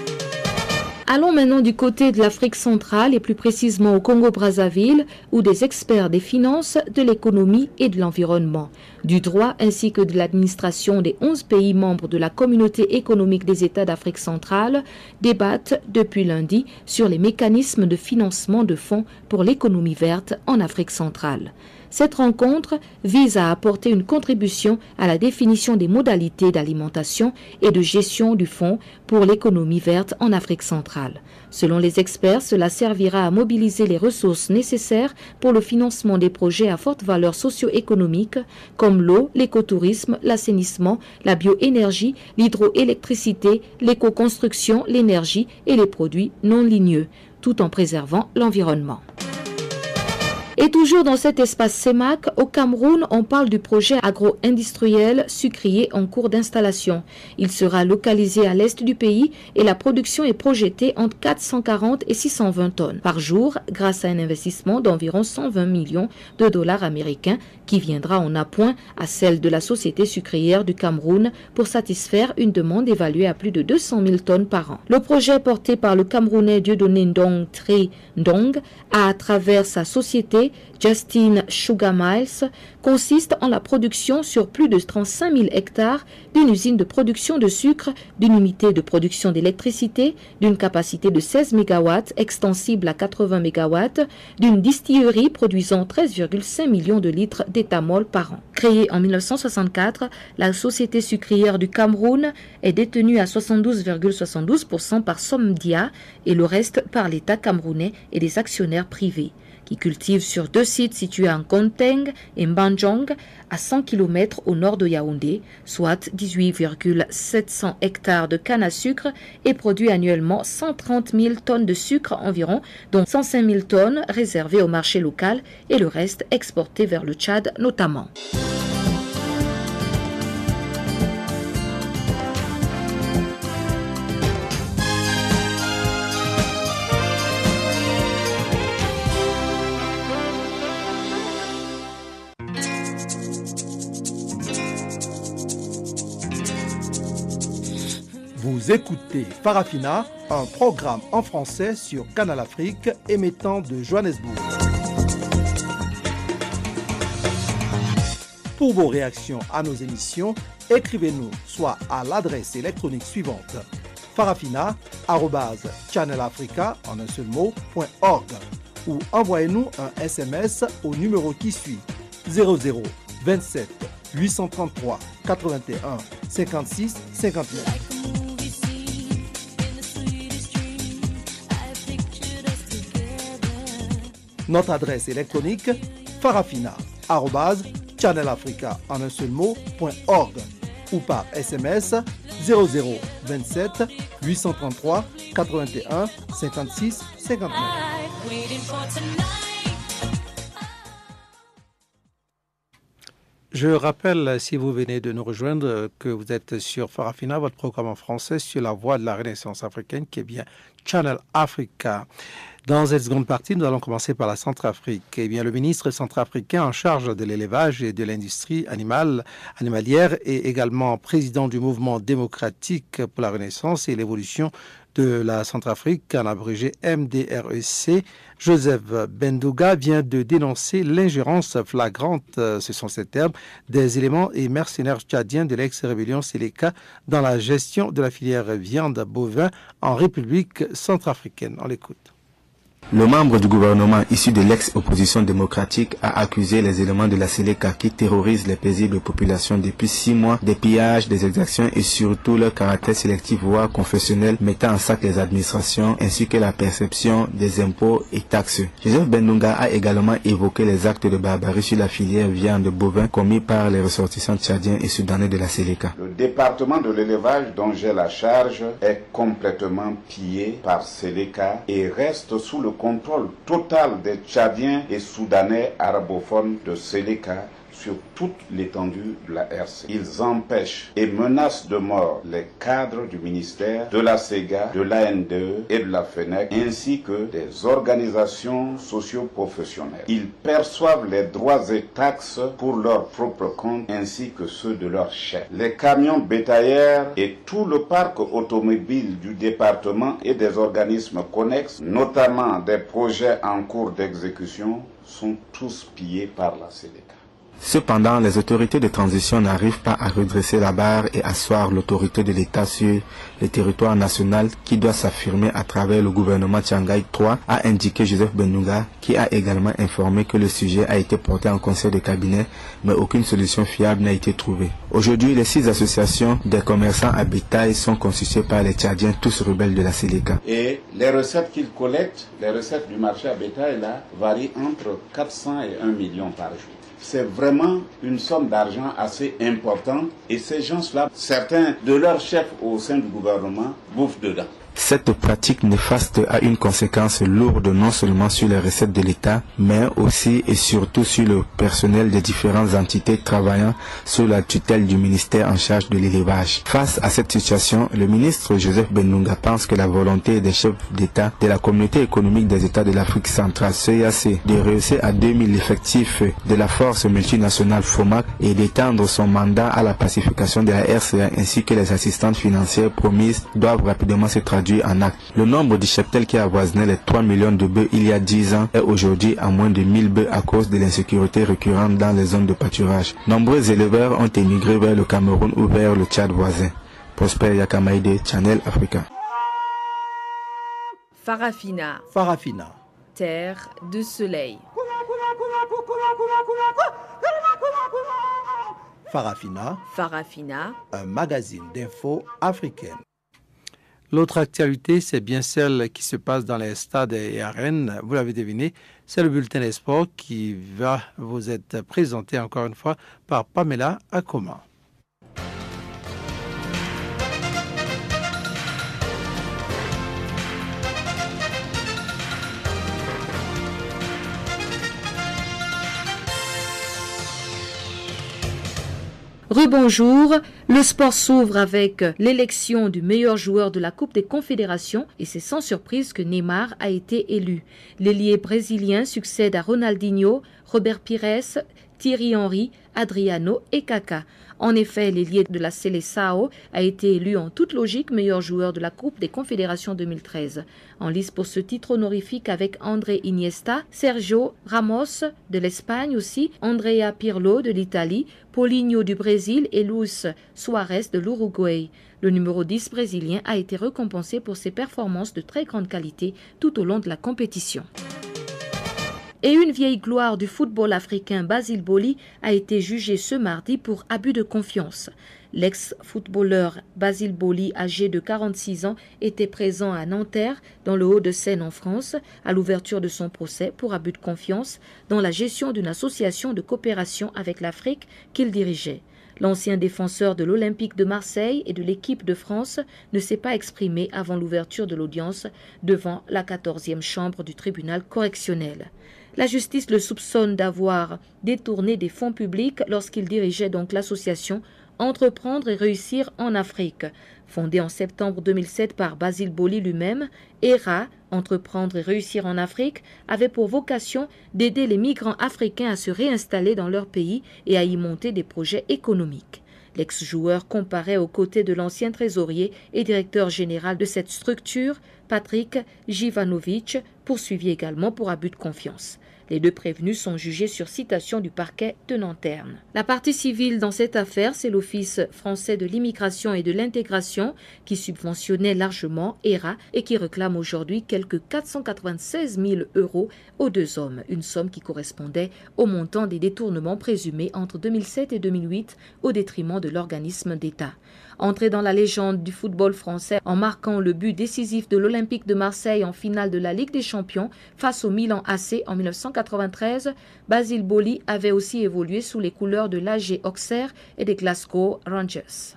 Allons maintenant du côté de l'Afrique centrale et plus précisément au Congo-Brazzaville où des experts des finances, de l'économie et de l'environnement, du droit ainsi que de l'administration des 11 pays membres de la Communauté économique des États d'Afrique centrale débattent depuis lundi sur les mécanismes de financement de fonds pour l'économie verte en Afrique centrale. Cette rencontre vise à apporter une contribution à la définition des modalités d'alimentation et de gestion du fonds pour l'économie verte en Afrique centrale. Selon les experts, cela servira à mobiliser les ressources nécessaires pour le financement des projets à forte valeur socio-économique comme l'eau, l'écotourisme, l'assainissement, la bioénergie, l'hydroélectricité, l'éco-construction, l'énergie et les produits non ligneux, tout en préservant l'environnement. Et toujours dans cet espace CEMAC, au Cameroun, on parle du projet agro-industriel sucrier en cours d'installation. Il sera localisé à l'est du pays et la production est projetée entre 440 et 620 tonnes par jour grâce à un investissement d'environ 120 millions de dollars américains qui viendra en appoint à celle de la Société sucrière du Cameroun pour satisfaire une demande évaluée à plus de 200 000 tonnes par an. Le projet porté par le Camerounais Dieudonné Ndong Tri Ndong à travers sa société Justin Sugar Miles consiste en la production sur plus de 35 000 hectares d'une usine de production de sucre, d'une unité de production d'électricité, d'une capacité de 16 MW extensible à 80 MW, d'une distillerie produisant 13,5 millions de litres d'éthanol par an. Créée en 1964, la Société sucrière du Cameroun est détenue à 72,72% par Somdia et le reste par l'État camerounais et des actionnaires privés, qui cultive sur 2 sites situés en Konteng et Mbanjong, à 100 km au nord de Yaoundé, soit 18,700 hectares de canne à sucre et produit annuellement 130 000 tonnes de sucre environ, dont 105 000 tonnes réservées au marché local et le reste exporté vers le Tchad notamment. Vous écoutez Farafina, un programme en français sur Canal Afrique émettant de Johannesburg. Pour vos réactions à nos émissions, écrivez-nous soit à l'adresse électronique suivante farafina@channelafrica en un seul mot.org ou envoyez-nous un SMS au numéro qui suit 00 27 833 81 56 59. Notre adresse électronique farafina@channelafrica en un seul mot.org ou par SMS 0027 833 81 56 59. Je rappelle, si vous venez de nous rejoindre, que vous êtes sur Farafina, votre programme en français sur la voie de la Renaissance africaine, qui est bien Channel Africa. Dans cette seconde partie, nous allons commencer par la Centrafrique. Eh bien, le ministre centrafricain en charge de l'élevage et de l'industrie animalière et également président du mouvement démocratique pour la Renaissance et l'évolution de la Centrafrique, en abrégé MDREC, Joseph Bendouga vient de dénoncer l'ingérence flagrante, ce sont ces termes, des éléments et mercenaires tchadiens de l'ex-rébellion Séléka dans la gestion de la filière viande bovin en République centrafricaine. On l'écoute. Le membre du gouvernement issu de l'ex-opposition démocratique a accusé les éléments de la Séléka qui terrorisent les paisibles populations depuis 6 mois des pillages, des exactions et surtout leur caractère sélectif voire confessionnel mettant en sac les administrations ainsi que la perception des impôts et taxes. Joseph Bendouga a également évoqué les actes de barbarie sur la filière viande bovin commis par les ressortissants tchadiens et soudanais de la Séléka. Le département de l'élevage dont j'ai la charge est complètement pillé par Séléka et reste sous le contrôle total des Tchadiens et Soudanais arabophones de Séléka sur toute l'étendue de la RC. Ils empêchent et menacent de mort les cadres du ministère, de la SEGA, de l'ANDE et de la FENEC, ainsi que des organisations socio-professionnelles. Ils perçoivent les droits et taxes pour leur propre compte, ainsi que ceux de leurs chefs. Les camions bétaillères et tout le parc automobile du département et des organismes connexes, notamment des projets en cours d'exécution, sont tous pillés par la Séléka. Cependant, les autorités de transition n'arrivent pas à redresser la barre et asseoir l'autorité de l'État sur le territoire national qui doit s'affirmer à travers le gouvernement Tiangaï III, a indiqué Joseph Bendouga, qui a également informé que le sujet a été porté en conseil de cabinet, mais aucune solution fiable n'a été trouvée. Aujourd'hui, les 6 associations des commerçants à bétail sont constituées par les Tchadiens, tous rebelles de la Séléka. Et les recettes qu'ils collectent, les recettes du marché à bétail là, varient entre 400 et 1 million par jour. C'est vraiment une somme d'argent assez importante et ces gens-là, certains de leurs chefs au sein du gouvernement bouffent dedans. Cette pratique néfaste a une conséquence lourde non seulement sur les recettes de l'État, mais aussi et surtout sur le personnel des différentes entités travaillant sous la tutelle du ministère en charge de l'élevage. Face à cette situation, le ministre Joseph Benunga pense que la volonté des chefs d'État de la Communauté économique des États de l'Afrique centrale, CEEAC, de rehausser à 2000 l'effectif de la force multinationale FOMAC et d'étendre son mandat à la pacification de la RCA ainsi que les assistantes financières promises doivent rapidement se traduire en actes. Le nombre de cheptels qui avoisinait les 3 millions de bœufs il y a 10 ans est aujourd'hui à moins de 1000 bœufs à cause de l'insécurité récurrente dans les zones de pâturage. Nombreux éleveurs ont émigré vers le Cameroun ou vers le Tchad voisin. Prosper Yakamaïde, Channel Africa. Farafina. Farafina. Terre de soleil. Farafina. Farafina. Un magazine d'infos africaine. L'autre actualité, c'est bien celle qui se passe dans les stades et arènes. Vous l'avez deviné, c'est le bulletin des sports qui va vous être présenté encore une fois par Pamela Akoma. Rebonjour, le sport s'ouvre avec l'élection du meilleur joueur de la Coupe des Confédérations et c'est sans surprise que Neymar a été élu. L'ailier brésilien succède à Ronaldinho, Robert Pires, Thierry Henry, Adriano et Kaka. En effet, l'ailier de la Seleção a été élu en toute logique meilleur joueur de la Coupe des Confédérations 2013. En lice pour ce titre honorifique avec André Iniesta, Sergio Ramos de l'Espagne aussi, Andrea Pirlo de l'Italie, Paulinho du Brésil et Luis Suarez de l'Uruguay. Le numéro 10 brésilien a été récompensé pour ses performances de très grande qualité tout au long de la compétition. Et une vieille gloire du football africain, Basile Boli, a été jugé ce mardi pour abus de confiance. L'ex-footballeur Basile Boli, âgé de 46 ans, était présent à Nanterre, dans le Hauts-de-Seine en France, à l'ouverture de son procès pour abus de confiance dans la gestion d'une association de coopération avec l'Afrique qu'il dirigeait. L'ancien défenseur de l'Olympique de Marseille et de l'équipe de France ne s'est pas exprimé avant l'ouverture de l'audience devant la 14e chambre du tribunal correctionnel. La justice le soupçonne d'avoir détourné des fonds publics lorsqu'il dirigeait donc l'association Entreprendre et réussir en Afrique. Fondée en septembre 2007 par Basile Boli lui-même, ERA, Entreprendre et réussir en Afrique, avait pour vocation d'aider les migrants africains à se réinstaller dans leur pays et à y monter des projets économiques. L'ex-joueur comparaît aux côtés de l'ancien trésorier et directeur général de cette structure, Patrick Jivanovic, poursuivi également pour abus de confiance. Les deux prévenus sont jugés sur citation du parquet de Nanterre. La partie civile dans cette affaire, c'est l'Office français de l'immigration et de l'intégration qui subventionnait largement ERA et qui réclame aujourd'hui quelques 496 000 € aux deux hommes, une somme qui correspondait au montant des détournements présumés entre 2007 et 2008 au détriment de l'organisme d'État. Entré dans la légende du football français en marquant le but décisif de l'Olympique de Marseille en finale de la Ligue des Champions face au Milan AC en 1993, Basile Boli avait aussi évolué sous les couleurs de l'AG Auxerre et des Glasgow Rangers.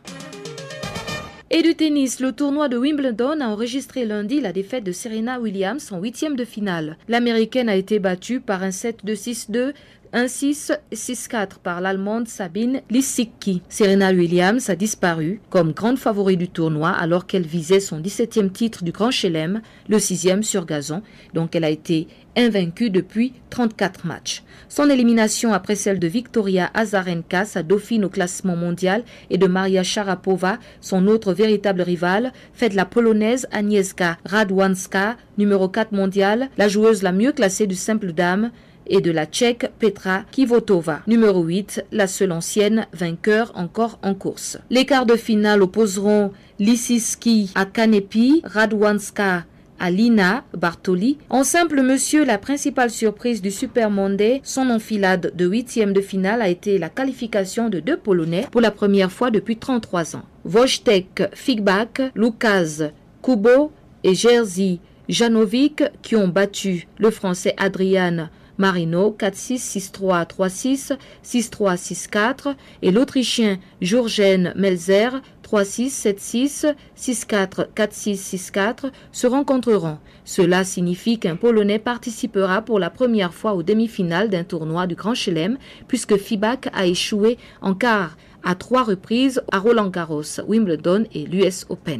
Et du tennis, le tournoi de Wimbledon a enregistré lundi la défaite de Serena Williams en 8e de finale. L'Américaine a été battue par un set de 6-2, 1-6, 6-4 par l'Allemande Sabine Lisicki. Serena Williams a disparu comme grande favorite du tournoi alors qu'elle visait son 17e titre du Grand Chelem, le 6e sur gazon, donc elle a été invaincue depuis 34 matchs. Son élimination après celle de Victoria Azarenka, sa dauphine au classement mondial, et de Maria Sharapova, son autre véritable rivale, fait de la Polonaise Agnieszka Radwanska, numéro 4 mondiale, la joueuse la mieux classée du simple dame, et de la Tchèque Petra Kvitova, numéro 8, la seule ancienne vainqueur encore en course. Les quarts de finale opposeront Lisicki à Kanepi, Radwanska à Lina Bartoli. En simple monsieur, la principale surprise du Super Monday, son enfilade de 8e de finale a été la qualification de deux Polonais pour la première fois depuis 33 ans. Wojtek Figbak, Lukasz Kubo et Jerzy Janowicz qui ont battu le Français Adrian Marino 4-6, 6-3, 3-6, 6-3, 6-4 et l'Autrichien Jurgen Melzer 3-6, 7-6, 6-4, 4-6, 6-4 se rencontreront. Cela signifie qu'un Polonais participera pour la première fois aux demi-finales d'un tournoi du Grand Chelem puisque Fibak a échoué en quart à 3 reprises à Roland-Garros, Wimbledon et l'US Open.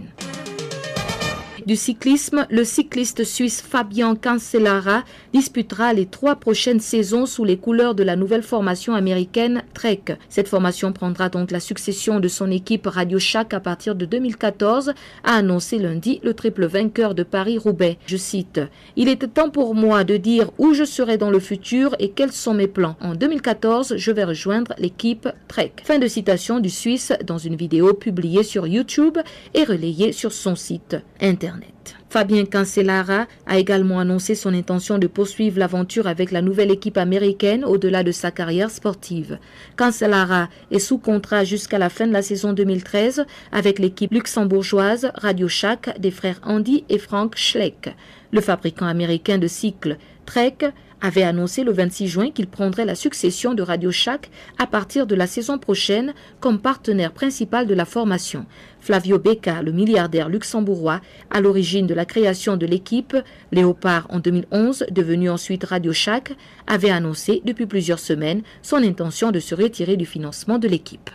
Du cyclisme, le cycliste suisse Fabien Cancellara disputera les 3 prochaines saisons sous les couleurs de la nouvelle formation américaine Trek. Cette formation prendra donc la succession de son équipe Radio Shack à partir de 2014, a annoncé lundi le triple vainqueur de Paris-Roubaix. Je cite, « Il était temps pour moi de dire où je serai dans le futur et quels sont mes plans. En 2014, je vais rejoindre l'équipe Trek. » Fin de citation du Suisse dans une vidéo publiée sur YouTube et relayée sur son site internet. Fabien Cancellara a également annoncé son intention de poursuivre l'aventure avec la nouvelle équipe américaine au-delà de sa carrière sportive. Cancellara est sous contrat jusqu'à la fin de la saison 2013 avec l'équipe luxembourgeoise Radio Shack des frères Andy et Frank Schleck. Le fabricant américain de cycles Trek avait annoncé le 26 juin qu'il prendrait la succession de Radio Shack à partir de la saison prochaine comme partenaire principal de la formation. Flavio Becca, le milliardaire luxembourgeois, à l'origine de la création de l'équipe Léopard en 2011, devenue ensuite Radio Shack, avait annoncé depuis plusieurs semaines son intention de se retirer du financement de l'équipe.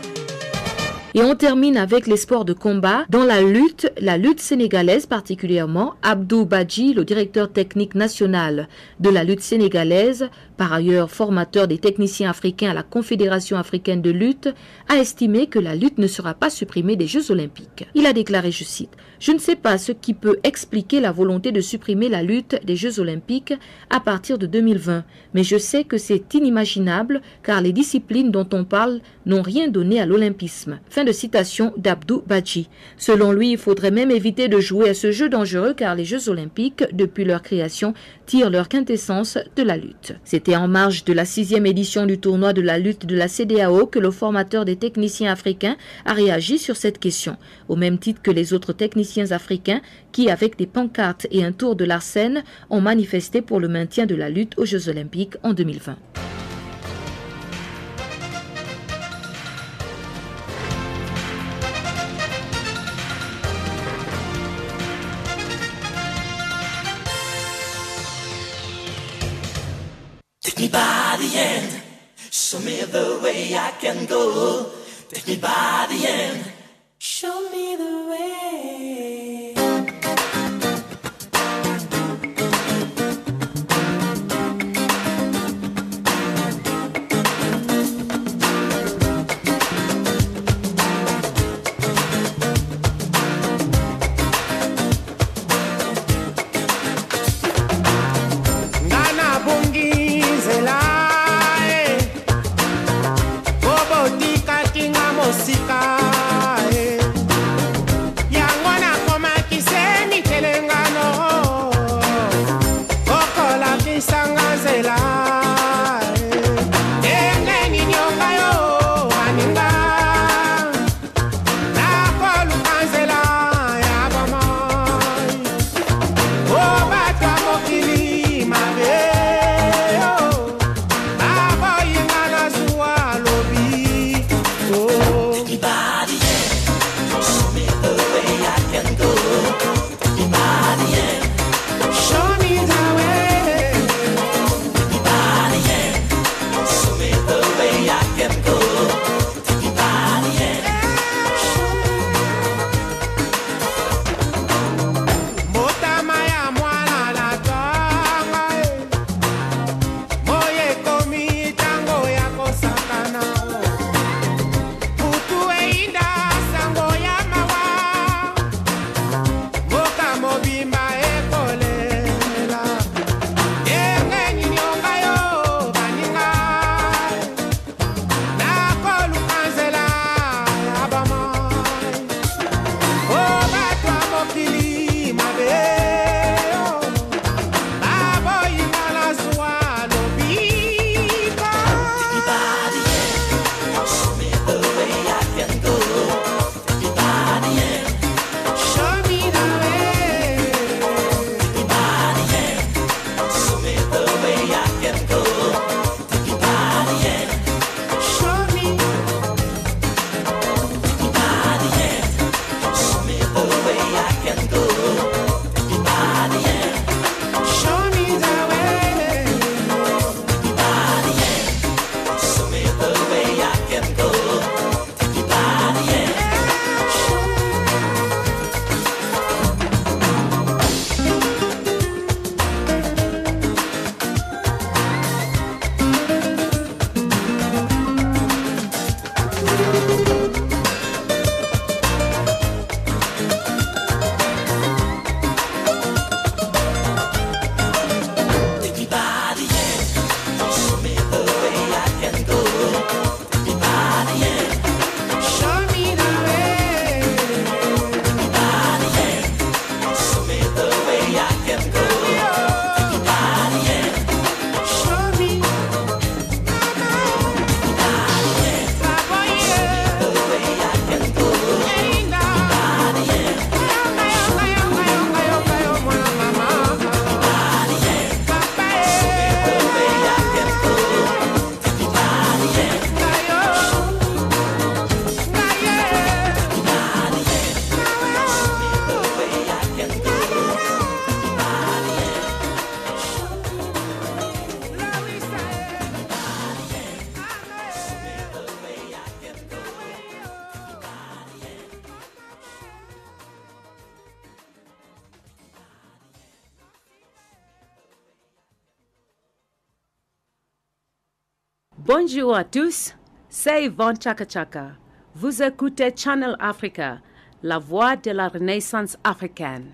Et on termine avec les sports de combat. Dans la lutte sénégalaise particulièrement, Abdou Badji, le directeur technique national de la lutte sénégalaise, par ailleurs formateur des techniciens africains à la Confédération africaine de lutte, a estimé que la lutte ne sera pas supprimée des Jeux olympiques. Il a déclaré, je cite, « Je ne sais pas ce qui peut expliquer la volonté de supprimer la lutte des Jeux olympiques à partir de 2020, mais je sais que c'est inimaginable car les disciplines dont on parle n'ont rien donné à l'olympisme. » Fin de citation d'Abdou Badji. Selon lui, il faudrait même éviter de jouer à ce jeu dangereux car les Jeux olympiques, depuis leur création, tirent leur quintessence de la lutte. C'était en marge de la 6e édition du tournoi de la lutte de la CEDEAO que le formateur des techniciens africains a réagi sur cette question, au même titre que les autres techniciens africains qui, avec des pancartes et un tour de l'arsène, ont manifesté pour le maintien de la lutte aux Jeux olympiques en 2020. Take me by the hand, show me the way I can go. Take me by the hand, show me the way. Take me by Bonjour à tous, c'est Yvonne Chaka Chaka. Vous écoutez Channel Africa, la voix de la Renaissance africaine.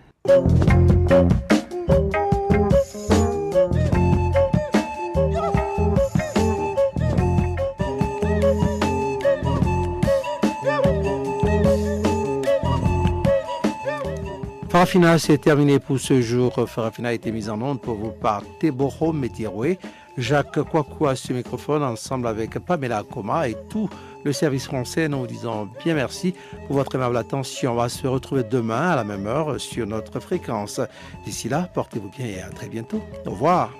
Farafina, c'est terminé pour ce jour. Farafina a été mise en onde pour vous par Teboro Metiroué, Jacques Kouakou à ce microphone, ensemble avec Pamela Akoma et tout le service français. Nous vous disons bien merci pour votre aimable attention. On va se retrouver demain à la même heure sur notre fréquence. D'ici là, portez-vous bien et à très bientôt. Au revoir.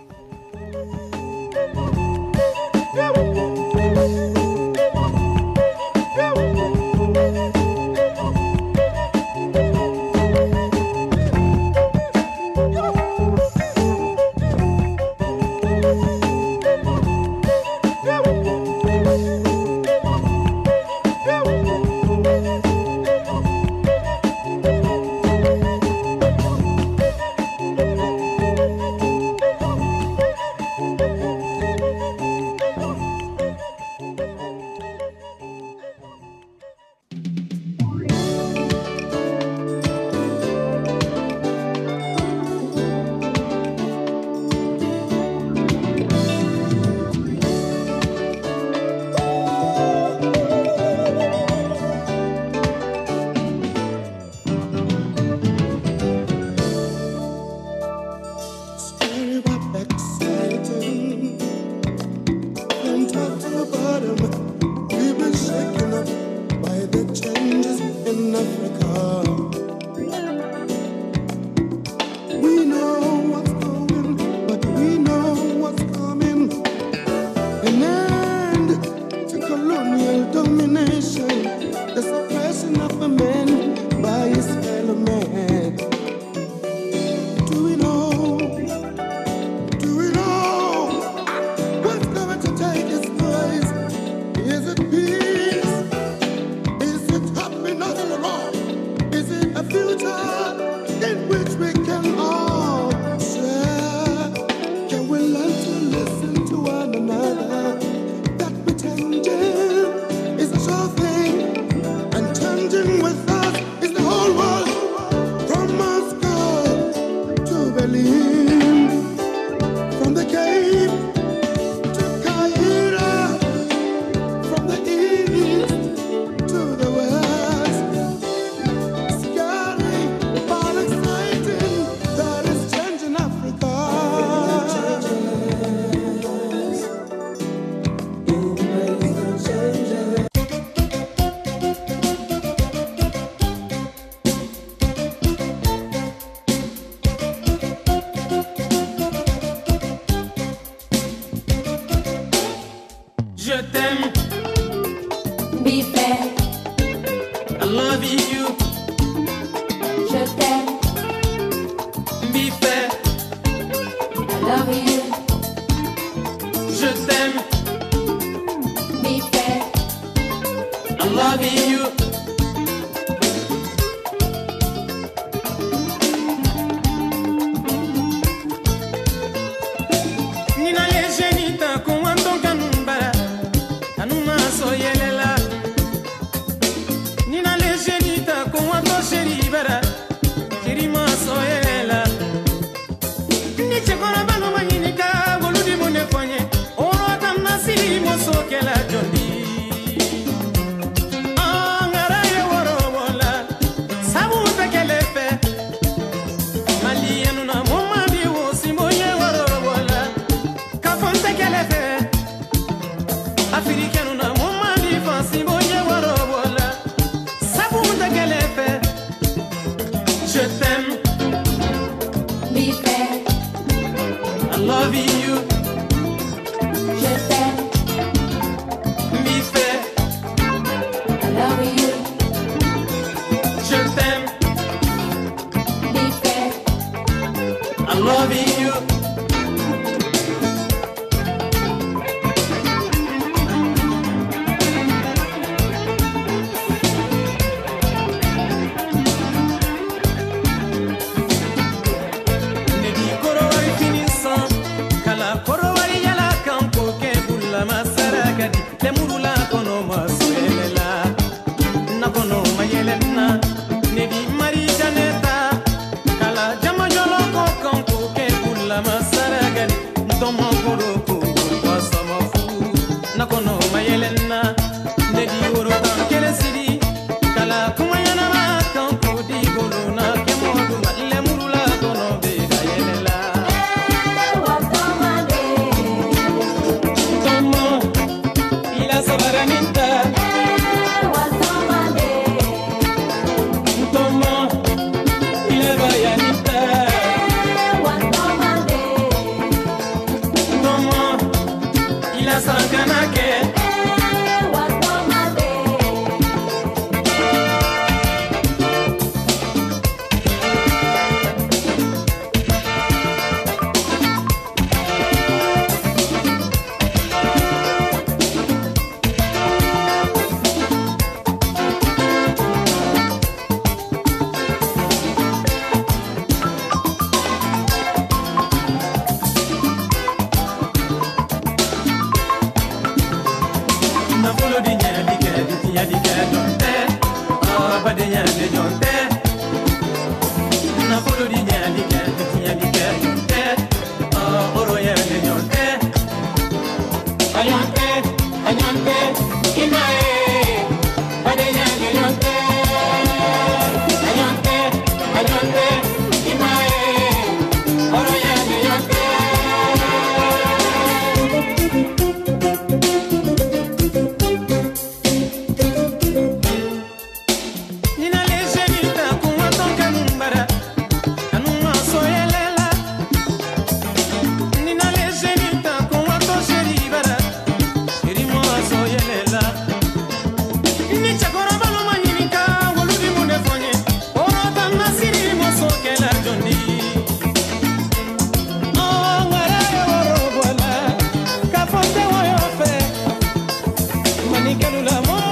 Africaine, Nikelula mo